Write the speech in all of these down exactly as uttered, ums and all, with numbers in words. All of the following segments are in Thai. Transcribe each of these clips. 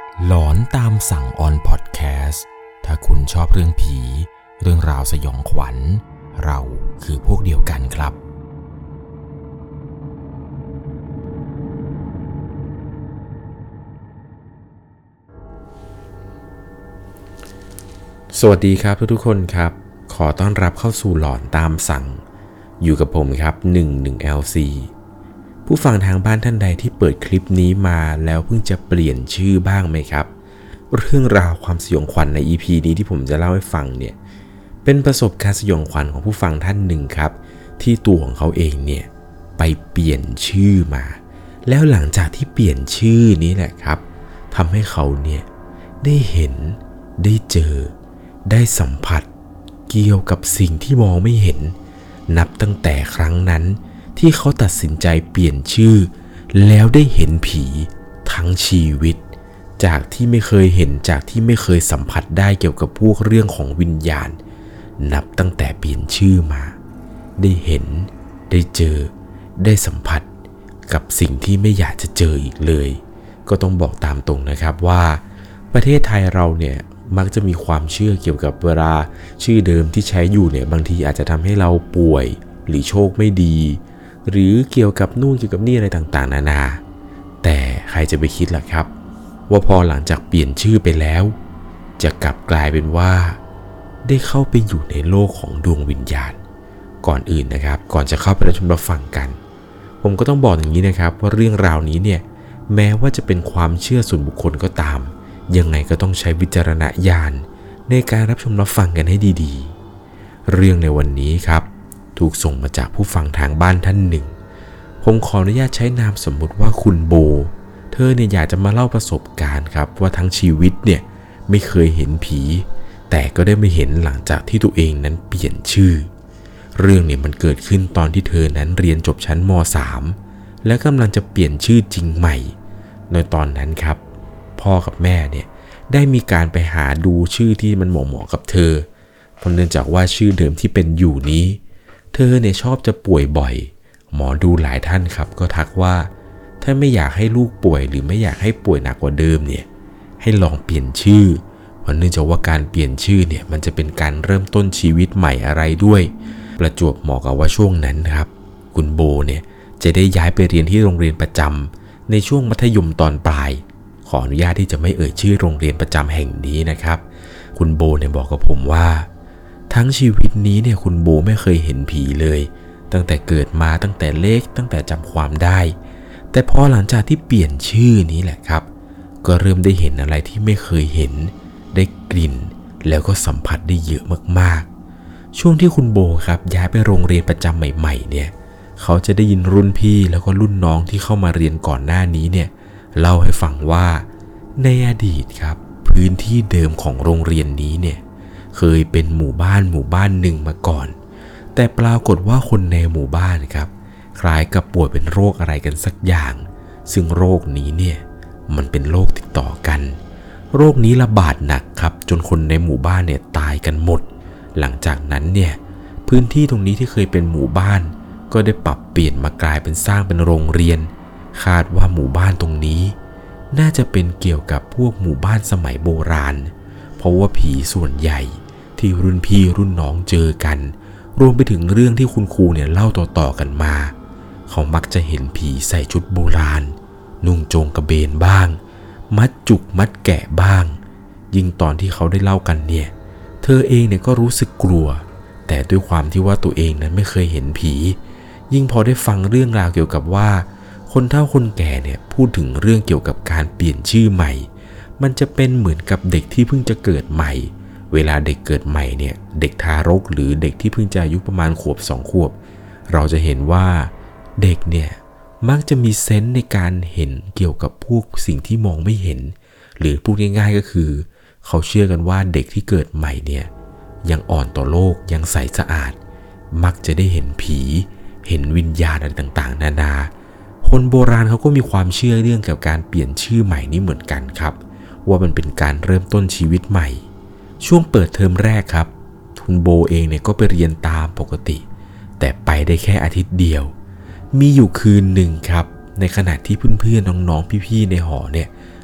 หลอนตามสั่งออนพอดแคสต์ถ้าคุณชอบเรื่องผีเรื่องราวสยองขวัญเราคือพวกเดียวกันครับสวัสดีครับทุกๆคนครับขอต้อนรับเข้าสู่หลอนตามสั่งอยู่กับผมครับหนึ่งหนึ่ง แอล ซี ผู้ฟังทางบ้านท่านใดที่เปิดคลิปนี้มาแล้วเพิ่งจะเปลี่ยนชื่อบ้างไหมครับเรื่องราวความสยองขวัญใน อี พี นี้ที่ผมจะเล่าให้ฟังเนี่ยเป็นประสบการณ์สยองขวัญของผู้ฟังท่านหนึ่งครับที่ตัวของเขาเองเนี่ยไปเปลี่ยนชื่อมาแล้วหลังจากที่เปลี่ยนชื่อนี้แหละครับทำให้เขาเนี่ยได้เห็นได้เจอได้สัมผัสเกี่ยวกับสิ่งที่มองไม่เห็นนับตั้งแต่ครั้งนั้นที่เขาตัดสินใจเปลี่ยนชื่อแล้วได้เห็นผีทั้งชีวิตจากที่ไม่เคยเห็นจากที่ไม่เคยสัมผัสได้เกี่ยวกับพวกเรื่องของวิญญาณนับตั้งแต่เปลี่ยนชื่อมาได้เห็นได้เจอได้สัมผัสกับสิ่งที่ไม่อยากจะเจออีกเลยก็ต้องบอกตามตรงนะครับว่าประเทศไทยเราเนี่ยมักจะมีความเชื่อเกี่ยวกับเวลาชื่อเดิมที่ใช้อยู่เนี่ยบางทีอาจจะทำให้เราป่วยหรือโชคไม่ดีหรือเกี่ยวกับนู่นเกี่ยวกับนี่อะไรต่างๆนานาแต่ใครจะไปคิดล่ะครับว่าพอหลังจากเปลี่ยนชื่อไปแล้วจะกลับกลายเป็นว่าได้เข้าไปอยู่ในโลกของดวงวิญญาณก่อนอื่นนะครับก่อนจะเข้าไปรับชมรับฟังกันผมก็ต้องบอกอย่างนี้นะครับว่าเรื่องราวนี้เนี่ยแม้ว่าจะเป็นความเชื่อส่วนบุคคลก็ตามยังไงก็ต้องใช้วิจารณญาณในการรับชมรับฟังกันให้ดีๆเรื่องในวันนี้ครับถูกส่งมาจากผู้ฟังทางบ้านท่านหนึ่งผมขออนุญาตใช้นามสมมุติว่าคุณโบเธอเนี่ยอยากจะมาเล่าประสบการณ์ครับว่าทั้งชีวิตเนี่ยไม่เคยเห็นผีแต่ก็ได้ไม่เห็นหลังจากที่ตัวเองนั้นเปลี่ยนชื่อเรื่องเนี่ยมันเกิดขึ้นตอนที่เธอนั้นเรียนจบชั้นม.สาม และกำลังจะเปลี่ยนชื่อจริงใหม่ในตอนนั้นครับพ่อกับแม่เนี่ยได้มีการไปหาดูชื่อที่มันเหมาะๆกับเธอเพราะเนื่องจากว่าชื่อเดิมที่เป็นอยู่นี้เธอเนี่ยชอบจะป่วยบ่อยหมอดูหลายท่านครับก็ทักว่าถ้าไม่อยากให้ลูกป่วยหรือไม่อยากให้ป่วยหนักกว่าเดิมเนี่ยให้ลองเปลี่ยนชื่อเพราะเนื่องจากว่าการเปลี่ยนชื่อเนี่ยมันจะเป็นการเริ่มต้นชีวิตใหม่อะไรด้วยประจวบเหมาะกับว่าช่วงนั้นครับคุณโบเนี่ยจะได้ย้ายไปเรียนที่โรงเรียนประจำในช่วงมัธยมตอนปลายขออนุญาตที่จะไม่เอ่ยชื่อโรงเรียนประจำแห่งนี้นะครับคุณโบเนี่ยบอกกับผมว่าทั้งชีวิตนี้เนี่ยคุณโบไม่เคยเห็นผีเลยตั้งแต่เกิดมาตั้งแต่เล็กตั้งแต่จำความได้แต่พอหลังจากที่เปลี่ยนชื่อนี้แหละครับก็เริ่มได้เห็นอะไรที่ไม่เคยเห็นได้กลิ่นแล้วก็สัมผัสได้เยอะมากๆช่วงที่คุณโบครับย้ายไปโรงเรียนประจำใหม่ๆเนี่ยเขาจะได้ยินรุ่นพี่แล้วก็รุ่นน้องที่เข้ามาเรียนก่อนหน้านี้เนี่ยเล่าให้ฟังว่าในอดีตครับพื้นที่เดิมของโรงเรียนนี้เนี่ยเคยเป็นหมู่บ้านหมู่บ้านหนึ่งมาก่อนแต่ปรากฏว่าคนในหมู่บ้านครับคล้ายกับป่วยเป็นโรคอะไรกันสักอย่างซึ่งโรคนี้เนี่ยมันเป็นโรคติดต่อกันโรคนี้ระบาดหนักครับจนคนในหมู่บ้านเนี่ยตายกันหมดหลังจากนั้นเนี่ยพื้นที่ตรงนี้ที่เคยเป็นหมู่บ้านก็ได้ปรับเปลี่ยนมากลายเป็นสร้างเป็นโรงเรียนคาดว่าหมู่บ้านตรงนี้น่าจะเป็นเกี่ยวกับพวกหมู่บ้านสมัยโบราณเพราะว่าผีส่วนใหญ่ที่รุ่นพี่รุ่นน้องเจอกันรวมไปถึงเรื่องที่คุณครูเนี่ยเล่าต่อๆกันมาเขามักจะเห็นผีใส่ชุดโบราณนุ่งโจงกระเบนบ้างมัดจุกมัดแกะบ้างยิ่งตอนที่เขาได้เล่ากันเนี่ยเธอเองเนี่ยก็รู้สึกกลัวแต่ด้วยความที่ว่าตัวเองนั้นไม่เคยเห็นผียิ่งพอได้ฟังเรื่องราวเกี่ยวกับว่าคนเฒ่าคนแก่เนี่ยพูดถึงเรื่องเกี่ยวกับการเปลี่ยนชื่อใหม่มันจะเป็นเหมือนกับเด็กที่เพิ่งจะเกิดใหม่เวลาเด็กเกิดใหม่เนี่ยเด็กทารกหรือเด็กที่เพิ่งจะอายุประมาณขวบสองขวบเราจะเห็นว่าเด็กเนี่ยมักจะมีเซนส์ในการเห็นเกี่ยวกับพวกสิ่งที่มองไม่เห็นหรือพูดง่ายๆก็คือเขาเชื่อกันว่าเด็กที่เกิดใหม่เนี่ยยังอ่อนต่อโลกยังใสสะอาดมักจะได้เห็นผีเห็นวิญญาณอะไรต่างๆนานาคนโบราณเขาก็มีความเชื่อเรื่องเกี่ยวกับการเปลี่ยนชื่อใหม่นี้เหมือนกันครับว่ามันเป็นการเริ่มต้นชีวิตใหม่ช่วงเปิดเทอมแรกครับคุณโบเองเนี่ยก็ไปเรียนตามปกติแต่ไปได้แค่อาทิตย์เดียวมีอยู่คืนหนึ่งครับในขณะที่เพื่อนๆน้องๆพี่ๆในหอเนี่ย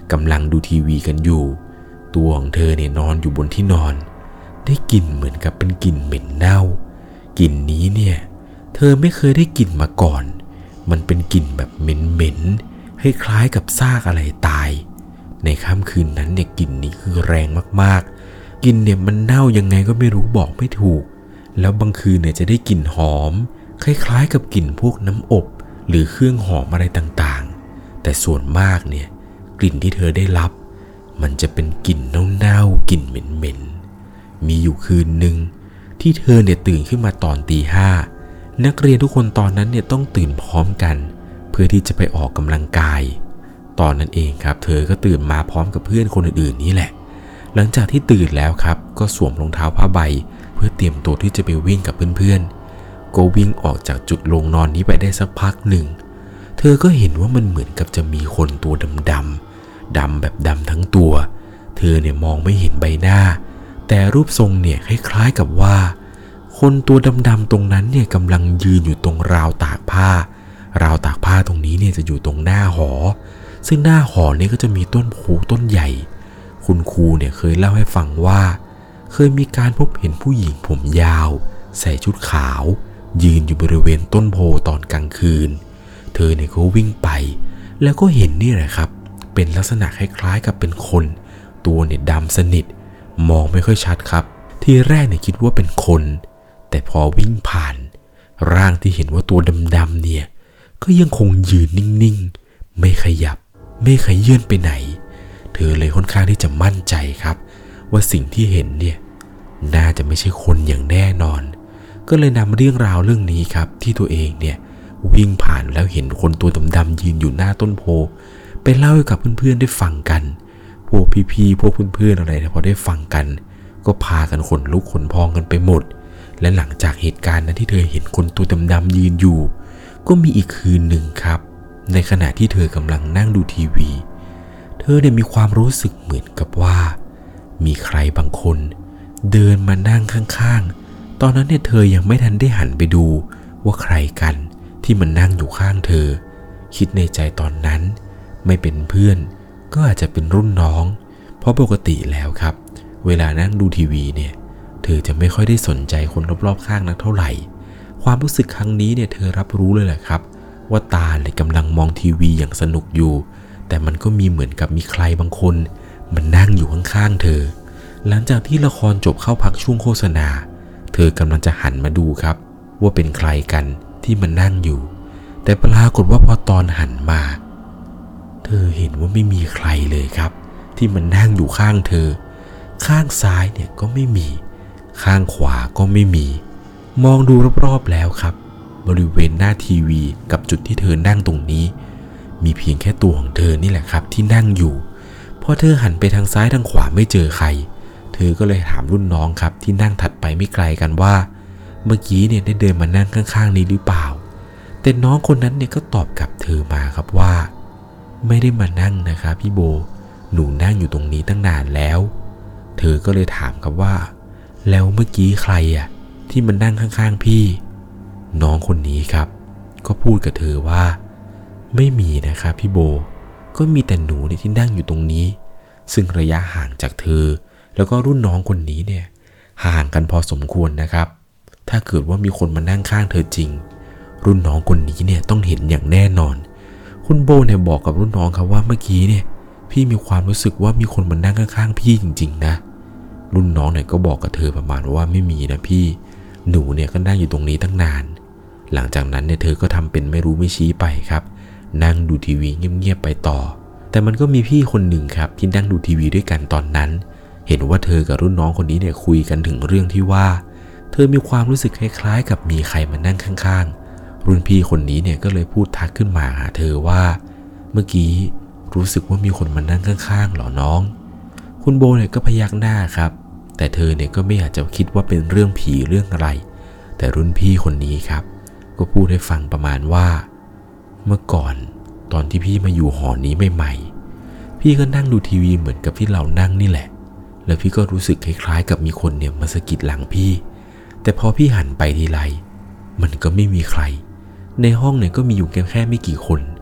กำลังดูทีวีกันอยู่ตัวของเธอเนี่ยนอนอยู่บนที่นอนได้กลิ่นเหมือนกับเป็นกลิ่นเหม็นเน่ากลิ่นนี้เนี่ยเธอไม่เคยได้กลิ่นมาก่อนมันเป็นกลิ่นแบบเหม็นๆให้คล้ายกับซากอะไรตายในค่ำคืนนั้นเนี่ยกลิ่นนี้คือแรงมากๆกลิ่นเนี่ยมันเน่ายังไงก็ไม่รู้บอกไม่ถูกแล้วบางคืนเนี่ยจะได้กลิ่นหอมคล้ายๆกับกลิ่นพวกน้ำอบหรือเครื่องหอมอะไรต่างๆแต่ส่วนมากเนี่ยกลิ่นที่เธอได้รับมันจะเป็นกลิ่นเน่าๆกลิ่นเหม็นๆมีอยู่คืนหนึ่งที่เธอเนี่ยตื่นขึ้นมาตอนตีห้านักเรียนทุกคนตอนนั้นเนี่ยต้องตื่นพร้อมกันเพื่อที่จะไปออกกำลังกายตอนนั้นเองครับเธอก็ตื่นมาพร้อมกับเพื่อนคนอื่นๆนี่แหละหลังจากที่ตื่นแล้วครับก็สวมรองเท้าผ้าใบเพื่อเตรียมตัวที่จะไปวิ่งกับเพื่อนๆก็วิ่งออกจากจุดลงนอนนี้ไปได้สักพักหนึ่งเธอก็เห็นว่ามันเหมือนกับจะมีคนตัวดำๆดำแบบดำทั้งตัวเธอเนี่ยมองไม่เห็นใบหน้าแต่รูปทรงเนี่ยคล้ายๆกับว่าคนตัวดำๆตรงนั้นเนี่ยกำลังยืนอยู่ตรงราวตากผ้าราวตากผ้าตรงนี้เนี่ยจะอยู่ตรงหน้าหอซึ่งหน้าหอนี้ก็จะมีต้นโพต้นใหญ่คุณครูเนี่ยเคยเล่าให้ฟังว่าเคยมีการพบเห็นผู้หญิงผมยาวใส่ชุดขาวยืนอยู่บริเวณต้นโพตอนกลางคืนเธอเนี่ยก็วิ่งไปแล้วก็เห็นนี่แหละครับเป็นลักษณะคล้ายๆกับเป็นคนตัวเนี่ยดำสนิทมองไม่ค่อยชัดครับทีแรกเนี่ยคิดว่าเป็นคนแต่พอวิ่งผ่านร่างที่เห็นว่าตัวดำๆเนี่ยก็ยังคงยืนนิ่งๆไม่ขยับไม่ขยื่นไปไหนเธอเลยค่อนข้างที่จะมั่นใจครับว่าสิ่งที่เห็นเนี่ยน่าจะไม่ใช่คนอย่างแน่นอนก็เลยนำเรื่องราวเรื่องนี้ครับที่ตัวเองเนี่ยวิ่งผ่านแล้วเห็นคนตัวดำๆยืนอยู่หน้าต้นโพไปเล่าให้กับเพื่อนๆได้ฟังกันพวกพี่ๆพวกเพื่อนๆอะไรพอได้ฟังกันก็พากันขนลุกขนพองกันไปหมดและหลังจากเหตุการณ์นั้นที่เธอเห็นคนตัวดำๆยืนอยู่ก็มีอีกคืนหนึ่งครับในขณะที่เธอกำลังนั่งดูทีวีเธอเนี่ยมีความรู้สึกเหมือนกับว่ามีใครบางคนเดินมานั่งข้างๆตอนนั้นเนี่ยเธอยังไม่ทันได้หันไปดูว่าใครกันที่มันนั่งอยู่ข้างเธอคิดในใจตอนนั้นไม่เป็นเพื่อนก็อาจจะเป็นรุ่นน้องเพราะปกติแล้วครับเวลานั่งดูทีวีเนี่ยเธอจะไม่ค่อยได้สนใจคนรอบๆข้างนักเท่าไหร่ความรู้สึกครั้งนี้เนี่ยเธอรับรู้เลยแหละครับว่าตาเนี่ยกำลังมองทีวีอย่างสนุกอยู่แต่มันก็มีเหมือนกับมีใครบางคนมันนั่งอยู่ข้างๆเธอหลังจากที่ละครจบเข้าพักช่วงโฆษณาเธอกำลังจะหันมาดูครับว่าเป็นใครกันที่มันนั่งอยู่แต่ปรากฏว่าพอตอนหันมาเธอเห็นว่าไม่มีใครเลยครับที่มันนั่งอยู่ข้างเธอข้างซ้ายเนี่ยก็ไม่มีข้างขวาก็ไม่มีมองดูรอบๆแล้วครับบริเวณหน้าทีวีกับจุดที่เธอนั่งตรงนี้มีเพียงแค่ตัวของเธอนี่แหละครับที่นั่งอยู่พอเธอหันไปทางซ้ายทางขวาไม่เจอใครเธอก็เลยถามรุ่นน้องครับที่นั่งถัดไปไม่ไกลกันว่าเมื่อกี้เนี่ยได้เดินมานั่งข้างๆนี้หรือเปล่าแต่น้องคนนั้นเนี่ยก็ตอบกลับเธอมาครับว่าไม่ได้มานั่งนะครับพี่โบหนูนั่งอยู่ตรงนี้ตั้งนานแล้วเธอก็เลยถามครับว่าแล้วเมื่อกี้ใครอ่ะที่มันนั่งข้างๆพี่น้องคนนี้ครับก็พูดกับเธอว่าไม่มีนะครับพี่โบก็มีแต่หนูเนี่ยที่นั่งอยู่ตรงนี้ซึ่งระยะห่างจากเธอแล้วก็รุ่นน้องคนนี้เนี่ยห่างกันพอสมควรนะครับถ้าเกิดว่ามีคนมานั่งข้างเธอจริงรุ่นน้องคนนี้เนี่ยต้องเห็นอย่างแน่นอนคุณโบเนี่ยบอกกับรุ่นน้องครับว่าเมื่อกี้เนี่ยพี่มีความรู้สึกว่ามีคนมานั่งข้างๆพี่จริงๆนะรุ่นน้องเนี่ยก็บอกกับเธอประมาณว่าไม่มีนะพี่หนูเนี่ยก็นั่งอยู่ตรงนี้ตั้งนานหลังจากนั้นเนี่ยเธอก็ทำเป็นไม่รู้ไม่ชี้ไปครับนั่งดูทีวีเงียบๆไปต่อแต่มันก็มีพี่คนหนึ่งครับที่นั่งดูทีวีด้วยกันตอนนั้นเห็นว่าเธอกับรุ่นน้องคนนี้เนี่ยคุยกันถึงเรื่องที่ว่าเธอมีความรู้สึกคล้ายๆกับมีใครมานั่งข้างๆรุ่นพี่คนนี้เนี่ยก็เลยพูดทักขึ้นมาหาเธอว่าเมื่อกี้รู้สึกว่ามีคนมานั่งข้างๆหรอน้องคุณโบเนี่ยก็พยักหน้าครับแต่เธอเนี่ยก็ไม่อยากจะคิดว่าเป็นเรื่องผีเรื่องอะไรแต่รุ่นพี่คนนี้ครับก็พูดให้ฟังประมาณว่าเมื่อก่อนตอนที่พี่มาอยู่หอนี้ใหม่ๆพี่ก็นั่งดูทีวีเหมือนกับที่เรานั่งนี่แหละแล้วพี่ก็รู้สึกคล้ายๆกับมีคนเนี่ยมาสะกิดหลังพี่แต่พอพี่หันไปทีไรมันก็ไม่มีใครในห้องเนี่ยก็มีอยู่แค่ไม่กี่คน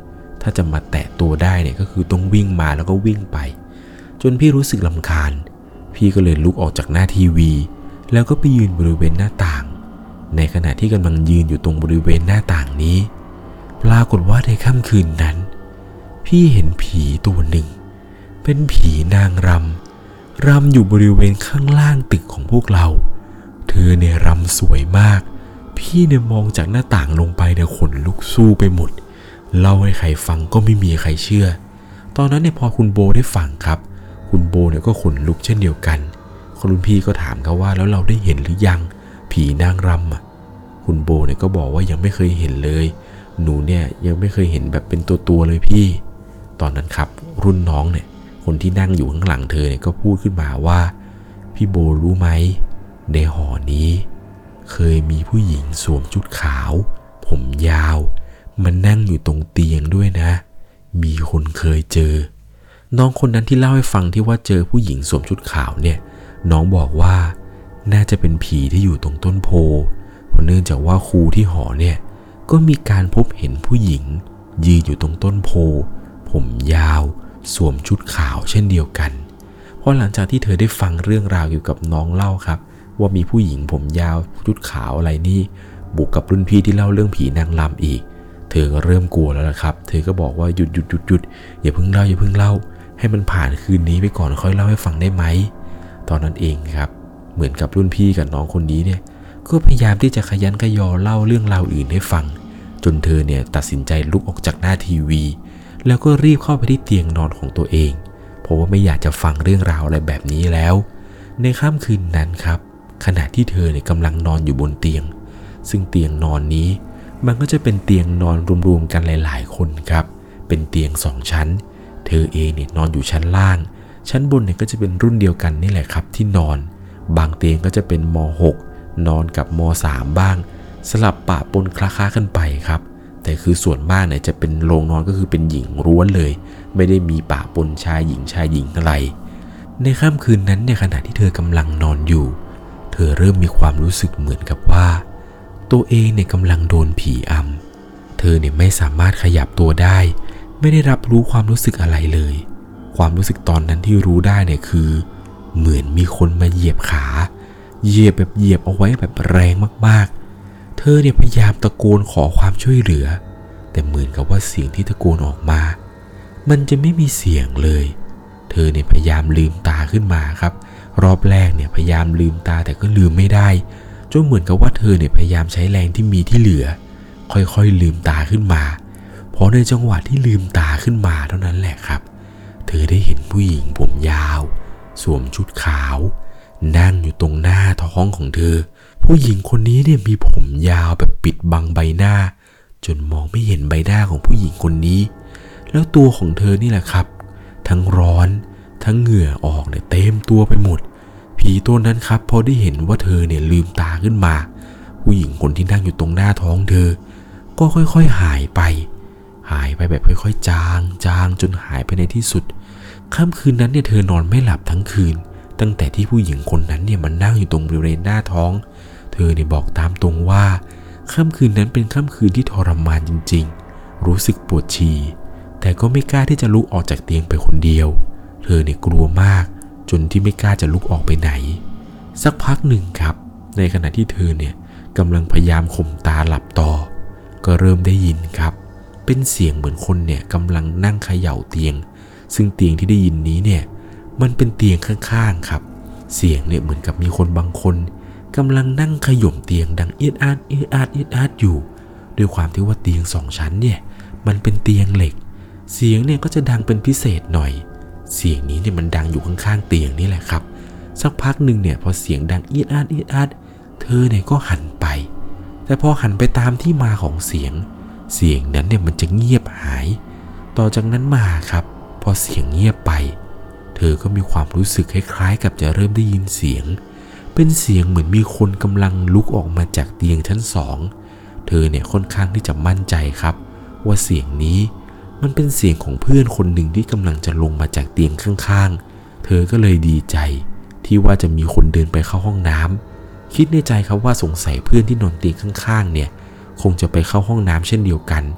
ถ้าจะมาแตะตัวได้เนี่ยก็คือต้องวิ่งมาแล้วก็วิ่งไปจนพี่รู้สึกรำคาญพี่ก็เลยลุกออกจากหน้าทีวีแล้วก็ไปยืนบริเวณหน้าต่างในขณะที่กำลังยืนอยู่ตรงบริเวณหน้าต่างนี้ปรากฏว่าในค่ำคืนนั้นพี่เห็นผีตัวหนึ่งเป็นผีนางรำรำอยู่บริเวณข้างล่างตึกของพวกเราเธอเนี่ยรำสวยมากพี่เนี่ยมองจากหน้าต่างลงไปเนี่ยขนลุกสู้ไปหมดเล่าให้ใครฟังก็ไม่มีใครเชื่อตอนนั้นเนี่ยพอคุณโบได้ฟังครับคุณโบเนี่ยก็ขนลุกเช่นเดียวกันคุณพี่ก็ถามเขาว่าแล้วเราได้เห็นหรือยังผีนางรำอ่ะคุณโบเนี่ยก็บอกว่ายังไม่เคยเห็นเลยหนูเนี่ยยังไม่เคยเห็นแบบเป็นตัวตัวเลยพี่ตอนนั้นครับรุ่นน้องเนี่ยคนที่นั่งอยู่ข้างหลังเธอเนี่ยก็พูดขึ้นมาว่าพี่โบรู้ไหมในหอนี้เคยมีผู้หญิงสวมชุดขาวผมยาวมันนั่งอยู่ตรงเตียงด้วยนะมีคนเคยเจอน้องคนนั้นที่เล่าให้ฟังที่ว่าเจอผู้หญิงสวมชุดขาวเนี่ยน้องบอกว่าน่าจะเป็นผีที่อยู่ตรงต้นโพเพราะเนื่องจากว่าครูที่หอเนี่ยก็มีการพบเห็นผู้หญิงยืนอยู่ตรงต้นโพผมยาวสวมชุดขาวเช่นเดียวกันพอหลังจากที่เธอได้ฟังเรื่องราวเกี่ยวกับน้องเล่าครับว่ามีผู้หญิงผมยาวชุดขาวอะไรนี่บุกกับรุ่นพี่ที่เล่าเรื่องผีนางรำอีกเธอก็เริ่มกลัวแล้วล่ะครับเธอก็บอกว่าหยุดหยุดหยุดหยุดอย่าเพิ่งเล่าอย่าเพิ่งเล่าให้มันผ่านคืนนี้ไปก่อนค่อยเล่าให้ฟังได้ไหมตอนนั้นเองครับเหมือนกับรุ่นพี่กับน้องคนนี้เนี่ยก็พยายามที่จะขยันขยอเล่าเรื่องราวอื่นให้ฟังจนเธอเนี่ยตัดสินใจลุกออกจากหน้าทีวีแล้วก็รีบเข้าไปที่เตียงนอนของตัวเองเพราะว่าไม่อยากจะฟังเรื่องราวอะไรแบบนี้แล้วในค่ำคืนนั้นครับขณะที่เธอเนี่ยกำลังนอนอยู่บนเตียงซึ่งเตียงนอนนี้มันก็จะเป็นเตียงนอนรวมๆกันหลายๆคนครับเป็นเตียงสองชั้นเธอเองเนี่ยนอนอยู่ชั้นล่างชั้นบนเนี่ยก็จะเป็นรุ่นเดียวกันนี่แหละครับที่นอนบางเตียงก็จะเป็นม.หก นอนกับม.สาม บ้างสลับปะปนคล้าๆกันไปครับแต่คือส่วนมากเนี่ยจะเป็นโรงนอนก็คือเป็นหญิงล้วนเลยไม่ได้มีปะปนชายหญิงชายหญิงอะไรในค่ำคืนนั้นเนี่ยขณะที่เธอกำลังนอนอยู่เธอเริ่มมีความรู้สึกเหมือนกับว่าตัวเองเนี่ยกำลังโดนผีอำเธอเนี่ยไม่สามารถขยับตัวได้ไม่ได้รับรู้ความรู้สึกอะไรเลยความรู้สึกตอนนั้นที่รู้ได้เนี่ยคือเหมือนมีคนมาเหยียบขาเหยียบแบบเหยียบเอาไว้แบบแรงมากๆเธอเนี่ยพยายามตะโกนขอความช่วยเหลือแต่เหมือนกับว่าเสียงที่ตะโกนออกมามันจะไม่มีเสียงเลยเธอเนี่ยพยายามลืมตาขึ้นมาครับรอบแรกเนี่ยพยายามลืมตาแต่ก็ลืมไม่ได้จนเหมือนกับว่าเธอเนี่ยพยายามใช้แรงที่มีที่เหลือค่อยๆลืมตาขึ้นมาเพราะในจังหวะที่ลืมตาขึ้นมาเท่านั้นแหละครับเธอได้เห็นผู้หญิงผมยาวสวมชุดขาวนั่งอยู่ตรงหน้าท้องของเธอผู้หญิงคนนี้เนี่ยมีผมยาวแบบปิดบังใบหน้าจนมองไม่เห็นใบหน้าของผู้หญิงคนนี้แล้วตัวของเธอนี่แหละครับทั้งร้อนทั้งเหงื่อออกเนี่ยเต็มตัวไปหมดผีตัวนั้นครับพอได้เห็นว่าเธอเนี่ยลืมตาขึ้นมาผู้หญิงคนที่นั่งอยู่ตรงหน้าท้องเธอก็ค่อยๆหายไปหายไปแบบค่อยๆจางจางจนหายไปในที่สุดค่ำคืนนั้นเนี่ยเธอนอนไม่หลับทั้งคืนตั้งแต่ที่ผู้หญิงคนนั้นเนี่ยมันนั่งอยู่ตรงบริเวณหน้าท้องเธอเนี่ยบอกตามตรงว่าค่ำคืนนั้นเป็นค่ำคืนที่ทรมานจริงๆรู้สึกปวดฉี่แต่ก็ไม่กล้าที่จะลุกออกจากเตียงไปคนเดียวเธอเนี่ยกลัวมากจนที่ไม่กล้าจะลุกออกไปไหนสักพักหนึ่งครับในขณะที่เธอเนี่ยกำลังพยายามข่มตาหลับต่อก็เริ่มได้ยินครับเป็นเสียงเหมือนคนเนี่ยกำลังนั่งเขย่าเตียงซึ่งเตียงที่ได้ยินนี้เนี่ยมันเป็นเตียงข้างๆครับเสียงเนี่ยเหมือนกับมีคนบางคนกำลังนั่งขย่มเตียงดังเอียดอาดเอียดอาดเอียดอาดอยู่ด้วยความที่ว่าเตียงสองชั้นเนี่ยมันเป็นเตียงเหล็กเสียงเนี่ยก็จะดังเป็นพิเศษหน่อยเสียงนี้เนี่ยมันดังอยู่ข้างๆเตียงนี่แหละครับสักพักหนึ่งเนี่ยพอเสียงดังเอียดอาดเอียดอาดเธอเนี่ยก็หันไปแต่พอหันไปตามที่มาของเสียงเสียงนั้นเนี่ยมันจะเงียบหายต่อจากนั้นมาครับพอเสียงเงียบไปเธอก็มีความรู้สึกคล้ายๆกับจะเริ่มได้ยินเสียงเป็นเสียงเหมือนมีคนกำลังลุกออกมาจากเตียงชั้นสองเธอเนี่ยค่อนข้างที่จะมั่นใจครับว่าเสียงนี้มันเป็นเสียงของเพื่อนคนหนึ่งที่กำลังจะลงมาจากเตียงข้างๆเธอก็เลยดีใจที่ว่าจะมีคนเดินไปเข้าห้องน้ำคิดในใจครับว่าสงสัยเพื่อนที่นอนเตียงข้างๆเนี่ยคงจะไปเข้าห้องน้ำเช่นเดียวกัน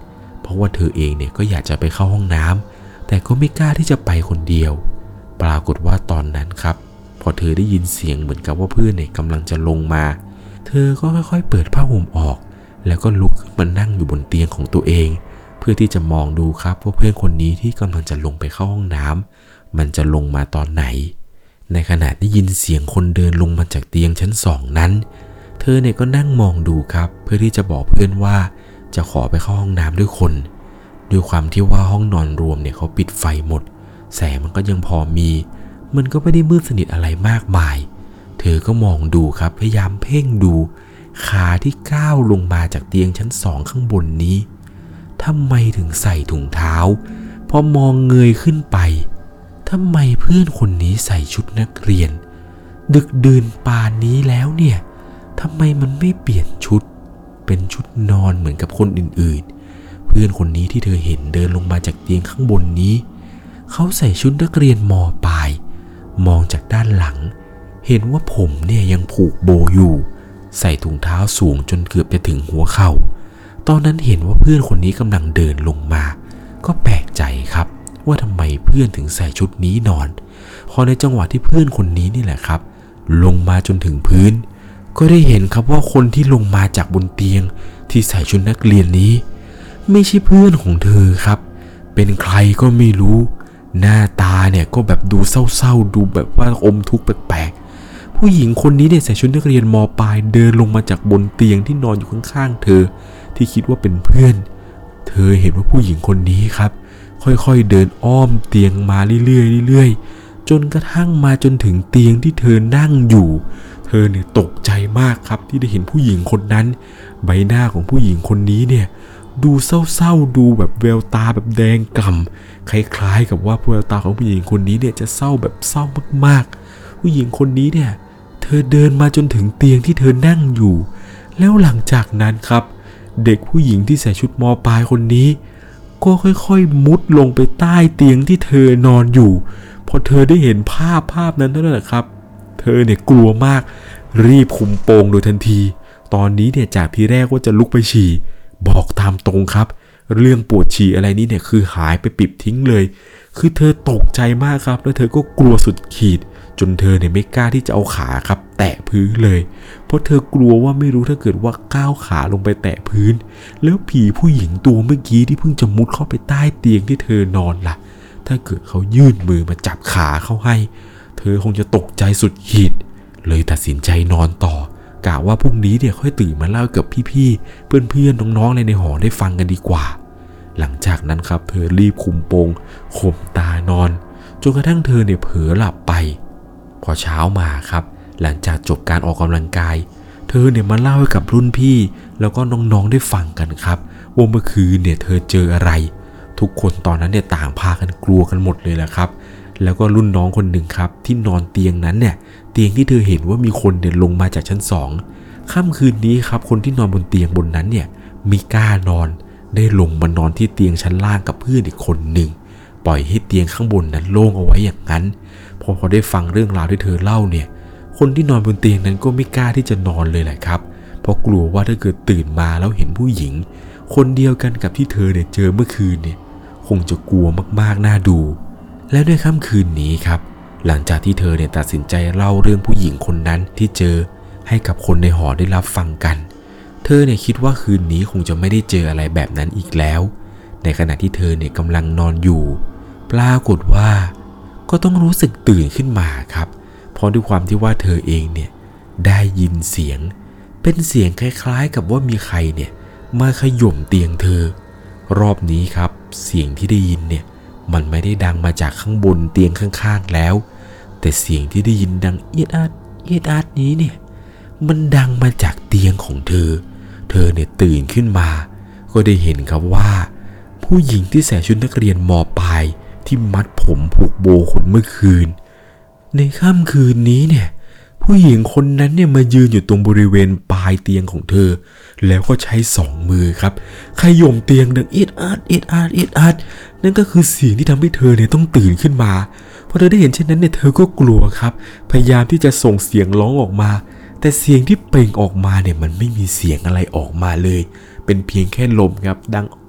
เพราะว่าเธอเองเนี่ยก็อยากจะไปเข้าห้องน้ำแต่ก็ไม่กล้าที่จะไปคนเดียวปรากฏว่าตอนนั้นครับพอเธอได้ยินเสียงเหมือนกับว่าเพื่อนเนี่ยกำลังจะลงมาเธอก็ค่อยๆเปิดผ้าห่มออกแล้วก็ลุกขึ้นมานั่งอยู่บนเตียงของตัวเองเพื่อที่จะมองดูครับว่าเพื่อนคนนี้ที่กำลังจะลงไปเข้าห้องน้ำมันจะลงมาตอนไหนในขณะได้ยินเสียงคนเดินลงมาจากเตียงชั้นสองนั้นเธอเนี่ยก็นั่งมองดูครับเพื่อที่จะบอกเพื่อนว่าจะขอไปเข้าห้องน้ำด้วยคนด้วยความที่ว่าห้องนอนรวมเนี่ยเขาปิดไฟหมดแสงมันก็ยังพอมีมันก็ไม่ได้มืดสนิทอะไรมากมายเธอก็มองดูครับพยายามเพ่งดูขาที่ก้าวลงมาจากเตียงชั้นสองข้างบนนี้ทำไมถึงใส่ถุงเท้าพอมองเงยขึ้นไปทำไมเพื่อนคนนี้ใส่ชุดนักเรียนดึกดื่นป่านนี้แล้วเนี่ยทำไมมันไม่เปลี่ยนชุดเป็นชุดนอนเหมือนกับคนอื่นๆเพื่อนคนนี้ที่เธอเห็นเดินลงมาจากเตียงข้างบนนี้เขาใส่ชุดนักเรียนม.ปลายมองจากด้านหลังเห็นว่าผมเนี่ยยังผูกโบอยู่ใส่ถุงเท้าสูงจนเกือบจะถึงหัวเข่าตอนนั้นเห็นว่าเพื่อนคนนี้กำลังเดินลงมาก็แปลกใจครับว่าทำไมเพื่อนถึงใส่ชุดนี้นอนพอในจังหวะที่เพื่อนคนนี้นี่แหละครับลงมาจนถึงพื้นก็ได้เห็นครับว่าคนที่ลงมาจากบนเตียงที่ใส่ชุดนักเรียนนี้ไม่ใช่เพื่อนของเธอครับเป็นใครก็ไม่รู้หน้าตาเนี่ยก็แบบดูเศร้าๆดูแบบว่าอมทุกข์แปลกๆผู้หญิงคนนี้เนี่ยใส่ชุดนักเรียนม.ปลายเดินลงมาจากบนเตียงที่นอนอยู่ข้างๆเธอที่คิดว่าเป็นเพื่อนเธอเห็นว่าผู้หญิงคนนี้ครับค่อยๆเดินอ้อมเตียงมาเรื่อยๆเรื่อยๆจนกระทั่งมาจนถึงเตียงที่เธอนั่งอยู่เธอเนี่ยตกใจมากครับที่ได้เห็นผู้หญิงคนนั้นใบหน้าของผู้หญิงคนนี้เนี่ยดูเศร้าๆดูแบบแววตาแบบแดงกล่ำคล้ายๆกับว่าแววตาของผู้หญิงคนนี้เนี่ยจะเศร้าแบบเศร้ามากๆผู้หญิงคนนี้เนี่ยเธอเดินมาจนถึงเตียงที่เธอนั่งอยู่แล้วหลังจากนั้นครับเด็กผู้หญิงที่ใส่ชุดม.ปลายคนนี้ก็ค่อยๆมุดลงไปใต้เตียงที่เธอนอนอยู่พอเธอได้เห็นภาพภาพนั้นนั่นแหละครับเธอเนี่ยกลัวมากรีบคุมโปงโดยทันทีตอนนี้เนี่ยจากที่แรกว่าจะลุกไปฉี่บอกตามตรงครับเรื่องปวดฉี่อะไรนี้เนี่ยคือหายไปปิดทิ้งเลยคือเธอตกใจมากครับแล้วเธอก็กลัวสุดขีดจนเธอเนี่ยไม่กล้าที่จะเอาขาครับแตะพื้นเลยเพราะเธอกลัวว่าไม่รู้ถ้าเกิดว่าก้าวขาลงไปแตะพื้นแล้วผีผู้หญิงตัวเมื่อกี้ที่เพิ่งจะมุดเข้าไปใต้เตียงที่เธอนอนล่ะถ้าเกิดเขายื่นมือมาจับขาเข้าให้เธอคงจะตกใจสุดขีดเลยตัดสินใจนอนต่อกะว่าพรุ่งนี้เนี่ยค่อยตื่นมาเล่ากับพี่ๆเพื่อนๆน้องๆในหอได้ฟังกันดีกว่าหลังจากนั้นครับเธอรีบคุมโปงข่มตานอนจนกระทั่งเธอเนี่ยเผลอหลับไปพอเช้ามาครับหลังจากจบการออกกำลังกายเธอเนี่ยมาเล่าให้กับรุ่นพี่แล้วก็น้องๆได้ฟังกันครับว่าเมื่อคืนเนี่ยเธอเจออะไรทุกคนตอนนั้นเนี่ยต่างพากันกลัวกันหมดเลยแหละครับแล้วก็รุ่นน้องคนหนึ่งครับที่นอนเตียงนั้นเนี่ยเตียงที่เธอเห็นว่ามีคนเนี่ยลงมาจากชั้นสองค่ำคืนนี้ครับคนที่นอนบนเตียงบนนั้นเนี่ยไม่กล้านอนได้ลงมานอนที่เตียงชั้นล่างกับเพื่อนอีกคนหนึ่งปล่อยให้เตียงข้างบนนั้นโล่งเอาไว้อย่างนั้นพอพอได้ฟังเรื่องราวที่เธอเล่าเนี่ยคนที่นอนบนเตียงนั้นก็ไม่กล้าที่จะนอนเลยแหละครับเพราะกลัวว่าถ้าเกิดตื่นมาแล้วเห็นผู้หญิงคนเดียวกันกับที่เธอเนี่ยเจอเมื่อคืนเนี่ยคงจะกลัวมากๆน่าดูและในค่ำคืนนี้ครับหลังจากที่เธอเนี่ยตัดสินใจเล่าเรื่องผู้หญิงคนนั้นที่เจอให้กับคนในหอได้รับฟังกันเธอเนี่ยคิดว่าคืนนี้คงจะไม่ได้เจออะไรแบบนั้นอีกแล้วในขณะที่เธอเนี่ยกำลังนอนอยู่ปรากฏว่าก็ต้องรู้สึกตื่นขึ้นมาครับเพราะด้วยความที่ว่าเธอเองเนี่ยได้ยินเสียงเป็นเสียงคล้ายๆกับว่ามีใครเนี่ยมาขย่มเตียงเธอรอบนี้ครับเสียงที่ได้ยินเนี่ยมันไม่ได้ดังมาจากข้างบนเตียงข้างๆแล้วแต่เสียงที่ได้ยินดังเอียดอาดเอียดอาดนี้เนี่ยมันดังมาจากเตียงของเธอเธอเนี่ยตื่นขึ้นมาก็ได้เห็นครับว่าผู้หญิงที่ใส่ชุดนักเรียนม.ปลายที่มัดผมผูกโบคนเมื่อคืนในค่ำคืนนี้เนี่ยผู้หญิงคนนั้นเนี่ยมายืนอยู่ตรงบริเวณปลายเตียงของเธอแล้วก็ใช้สองมือครับขย่มเตียงดังเอียดอาดเอียดอาดเอียดอาดนั่นก็คือเสียงที่ทำให้เธอเนี่ยต้องตื่นขึ้นมาพอเธอได้เห็นเช่นนั้นเนี่ยเธอก็กลัวครับพยายามที่จะส่งเสียงร้องออกมาแต่เสียงที่เปล่งออกมาเนี่ยมันไม่มีเสียงอะไรออกมาเลยเป็นเพียงแค่ลมครับดัง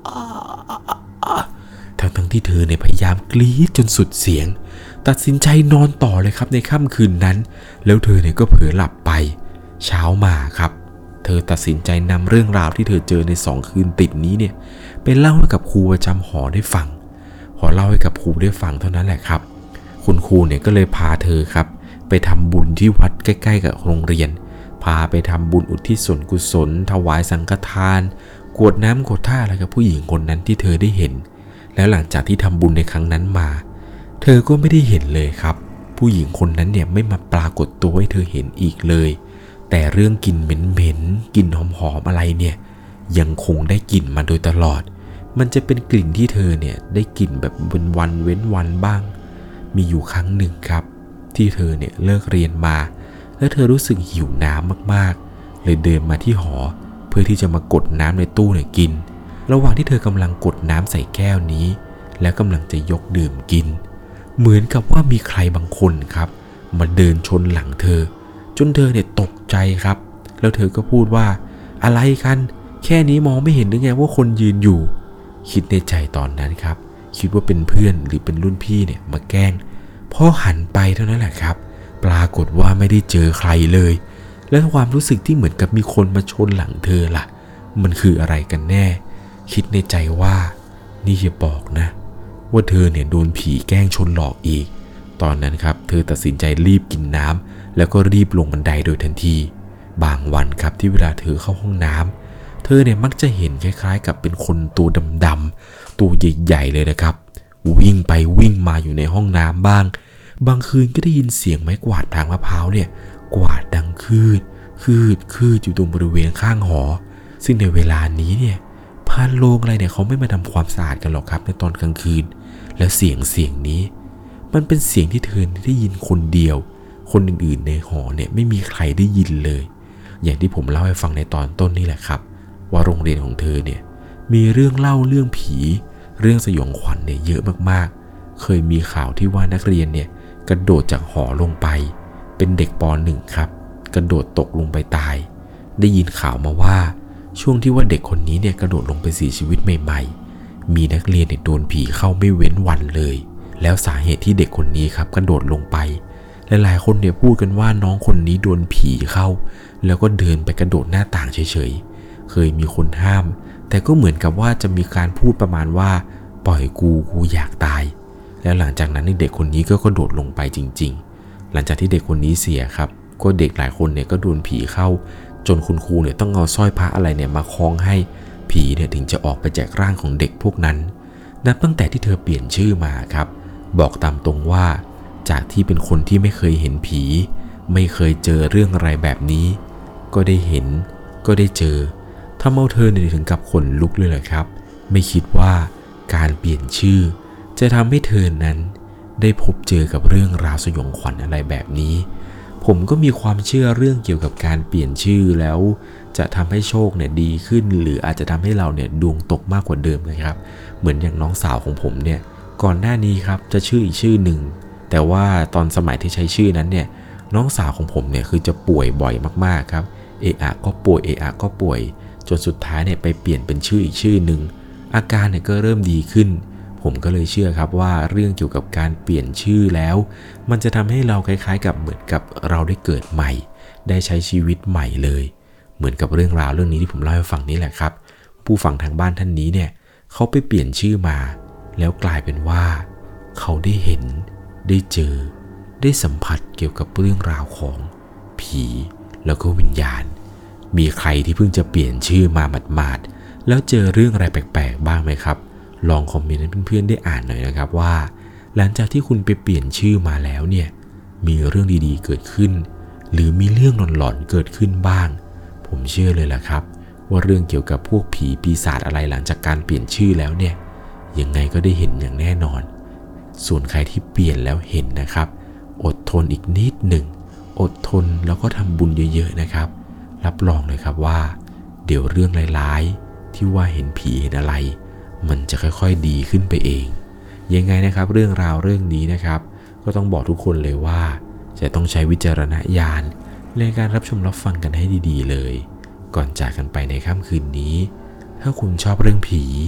ทั้งทั้งที่เธอเนี่ยพยายามกรี๊ดจนสุดเสียงตัดสินใจนอนต่อเลยครับในค่ำคืนนั้นแล้วเธอเนี่ยก็เผลอหลับไปเช้ามาครับเธอตัดสินใจนำเรื่องราวที่เธอเจอในสองคืนติดนี้เนี่ยไปเล่าให้กับครูประจำหอได้ฟังพอเล่าให้กับครูได้ฟังเท่านั้นแหละครับคุณครูเนี่ยก็เลยพาเธอครับไปทำบุญที่วัดใกล้ๆกับโรงเรียนพาไปทำบุญอุทิศส่วนกุศลถวายสังฆทานกรวดน้ำกรวดท่าอะไรกับผู้หญิงคนนั้นที่เธอได้เห็นแล้วหลังจากที่ทำบุญในครั้งนั้นมาเธอก็ไม่ได้เห็นเลยครับผู้หญิงคนนั้นเนี่ยไม่มาปรากฏตัวให้เธอเห็นอีกเลยแต่เรื่องกลิ่นเหม็นๆกลิ่นหอมๆอะไรเนี่ยยังคงได้กลิ่นมาโดยตลอดมันจะเป็นกลิ่นที่เธอเนี่ยได้กลิ่นแบบเป็นวันเว้นวันบ้างมีอยู่ครั้งหนึ่งครับที่เธอเนี่ยเลิกเรียนมาแล้วเธอรู้สึกหิวน้ำมากๆเลยเดินมาที่หอเพื่อที่จะมากดน้ำในตู้เนี่ยกินระหว่างที่เธอกำลังกดน้ำใส่แก้วนี้แล้วกำลังจะยกดื่มกินเหมือนกับว่ามีใครบางคนครับมาเดินชนหลังเธอจนเธอเนี่ยตกใจครับแล้วเธอก็พูดว่าอะไรกันแค่นี้มองไม่เห็นหรือไงว่าคนยืนอยู่คิดในใจตอนนั้นครับคิดว่าเป็นเพื่อนหรือเป็นรุ่นพี่เนี่ยมาแกล้งพอหันไปเท่านั้นแหละครับปรากฏว่าไม่ได้เจอใครเลยและความรู้สึกที่เหมือนกับมีคนมาชนหลังเธอล่ะมันคืออะไรกันแน่คิดในใจว่านี่จะบอกนะว่าเธอเนี่ยโดนผีแกล้งชนหลอกอีกตอนนั้นครับเธอตัดสินใจรีบกินน้ำแล้วก็รีบลงบันไดโดยทันทีบางวันครับที่เวลาเธอเข้าห้องน้ำเธอเนี่ยมักจะเห็นคล้ายๆกับเป็นคนตัวดำๆตัวใหญ่ๆเลยนะครับวิ่งไปวิ่งมาอยู่ในห้องน้ำบ้างบางคืนก็ได้ยินเสียงไม้กวาดทางมะพร้าวเนี่ยกวาดดังคืดคืดคืดอยู่ตรงบริเวณข้างหอซึ่งในเวลานี้เนี่ยพานโรงอะไรเนี่ยเขาไม่มาทำความสะอาดกันหรอกครับในตอนกลางคืนและเสียงเสียงนี้มันเป็นเสียงที่เธอได้ยินคนเดียวคนอื่นๆในหอเนี่ยไม่มีใครได้ยินเลยอย่างที่ผมเล่าให้ฟังในตอนต้นนี่แหละครับว่าโรงเรียนของเธอเนี่ยมีเรื่องเล่าเรื่องผีเรื่องสยองขวัญเนี่ยเยอะมากๆเคยมีข่าวที่ว่านักเรียนเนี่ยกระโดดจากหอลงไปเป็นเด็กป หนึ่ง ครับกระโดดตกลงไปตายได้ยินข่าวมาว่าช่วงที่ว่าเด็กคนนี้เนี่ยกระโดดลงไปเสียชีวิตใหม่ๆมีนักเรียนเนี่ยโดนผีเข้าไม่เว้นวันเลยแล้วสาเหตุที่เด็กคนนี้ครับกระโดดลงไปหลายๆคนเนี่ยพูดกันว่าน้องคนนี้โดนผีเข้าแล้วก็เดินไปกระโดดหน้าต่างเฉยๆเคยมีคนห้ามแต่ก็เหมือนกับว่าจะมีการพูดประมาณว่าปล่อยกูกูอยากตายแล้วหลังจากนั้นเด็กคนนี้ก็กระโดดลงไปจริงๆหลังจากที่เด็กคนนี้เสียครับก็เด็กหลายคนเนี่ยก็โดนผีเข้าจนคุณครูเนี่ยต้องเอาสร้อยพระอะไรเนี่ยมาคล้องให้ผีเนี่ยถึงจะออกไปจากร่างของเด็กพวกนั้นนับตั้งแต่ที่เธอเปลี่ยนชื่อมาครับบอกตามตรงว่าจากที่เป็นคนที่ไม่เคยเห็นผีไม่เคยเจอเรื่องอะไรแบบนี้ก็ได้เห็นก็ได้เจอทำเอาเธอเนี่ยถึงกับขนลุกเลยแหละครับไม่คิดว่าการเปลี่ยนชื่อจะทำให้เธอนั้นได้พบเจอกับเรื่องราวสยองขวัญอะไรแบบนี้ผมก็มีความเชื่อเรื่องเกี่ยวกับการเปลี่ยนชื่อแล้วจะทำให้โชคเนี่ยดีขึ้นหรืออาจจะทำให้เราเนี่ยดวงตกมากกว่าเดิมนะครับเหมือนอย่างน้องสาวของผมเนี่ยก่อนหน้านี้ครับจะชื่ออีกชื่อหนึ่งแต่ว่าตอนสมัยที่ใช้ชื่อนั้นเนี่ยน้องสาวของผมเนี่ยคือจะป่วยบ่อยมากๆครับเอะอะก็ป่วยเอะอะก็ป่วยจนสุดท้ายเนี่ยไปเปลี่ยนเป็นชื่ออีกชื่อหนึ่งอาการเนี่ยก็เริ่มดีขึ้นผมก็เลยเชื่อครับว่าเรื่องเกี่ยวกับการเปลี่ยนชื่อแล้วมันจะทำให้เราคล้ายๆกับเหมือนกับเราได้เกิดใหม่ได้ใช้ชีวิตใหม่เลยเหมือนกับเรื่องราวเรื่องนี้ที่ผมเล่าให้ฟังนี่แหละครับผู้ฟังทางบ้านท่านนี้เนี่ยเขาไปเปลี่ยนชื่อมาแล้วกลายเป็นว่าเขาได้เห็นได้เจอได้สัมผัสเกี่ยวกับเรื่องราวของผีแล้วก็วิญญาณมีใครที่เพิ่งจะเปลี่ยนชื่อมาหมาดๆแล้วเจอเรื่องอะไรแปลกๆบ้างไหมครับลองคอมเมนต์ให้เพื่อนๆได้อ่านหน่อยนะครับว่าหลังจากที่คุณไปเปลี่ยนชื่อมาแล้วเนี่ยมีเรื่องดีๆเกิดขึ้นหรือมีเรื่องหลอนๆเกิดขึ้นบ้างผมเชื่อเลยล่ะครับว่าเรื่องเกี่ยวกับพวกผีปีศาจอะไรหลังจากการเปลี่ยนชื่อแล้วเนี่ยยังไงก็ได้เห็นอย่างแน่นอนส่วนใครที่เปลี่ยนแล้วเห็นนะครับอดทนอีกนิดหนึ่งอดทนแล้วก็ทำบุญเยอะๆนะครับรับรองเลยครับว่าเดี๋ยวเรื่องร้ายๆที่ว่าเห็นผีเห็นอะไรมันจะค่อยๆดีขึ้นไปเองยังไงนะครับเรื่องราวเรื่องนี้นะครับก็ต้องบอกทุกคนเลยว่าจะต้องใช้วิจารณญาณในการรับชมรับฟังกันให้ดีๆเลยก่อนจากกันไปในค่ำคืนนี้ถ้าคุณชอบเรื่องผี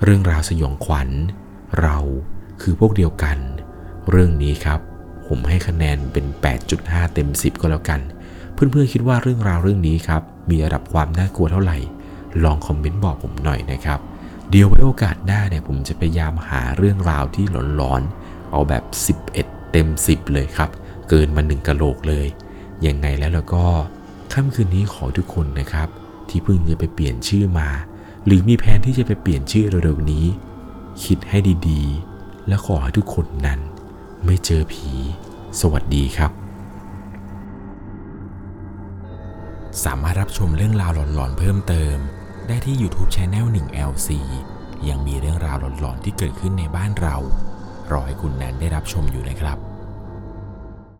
เรื่องราวสยองขวัญเราคือพวกเดียวกันเรื่องนี้ครับผมให้คะแนนเป็น แปดจุดห้า เต็ม สิบ ก็แล้วกันเพื่อนๆคิดว่าเรื่องราวเรื่องนี้ครับมีระดับความน่ากลัวเท่าไหร่ลองคอมเมนต์บอกผมหน่อยนะครับเดี๋ยวไว้โอกาสหน้าเนี่ยผมจะพยายามหาเรื่องราวที่หลอนๆเอาแบบสิบเอ็ดเต็ม สิบเลยครับเกินมาหนึ่งกะโหลกเลยยังไงแล้วแล้วก็ค่ำคืนนี้ขอทุกคนนะครับที่เพิ่งจะไปเปลี่ยนชื่อมาหรือมีแผนที่จะไปเปลี่ยนชื่อเร็วๆนี้คิดให้ดีๆและขอให้ทุกคนนั้นไม่เจอผีสวัสดีครับสามารถรับชมเรื่องราวหลอนๆเพิ่มเติมได้ที่ YouTube Channel หนึ่ง แอล ซี ยังมีเรื่องราวหลอนๆที่เกิดขึ้นในบ้านเรารอให้คุณนั้นได้รับชมอยู่นะครับ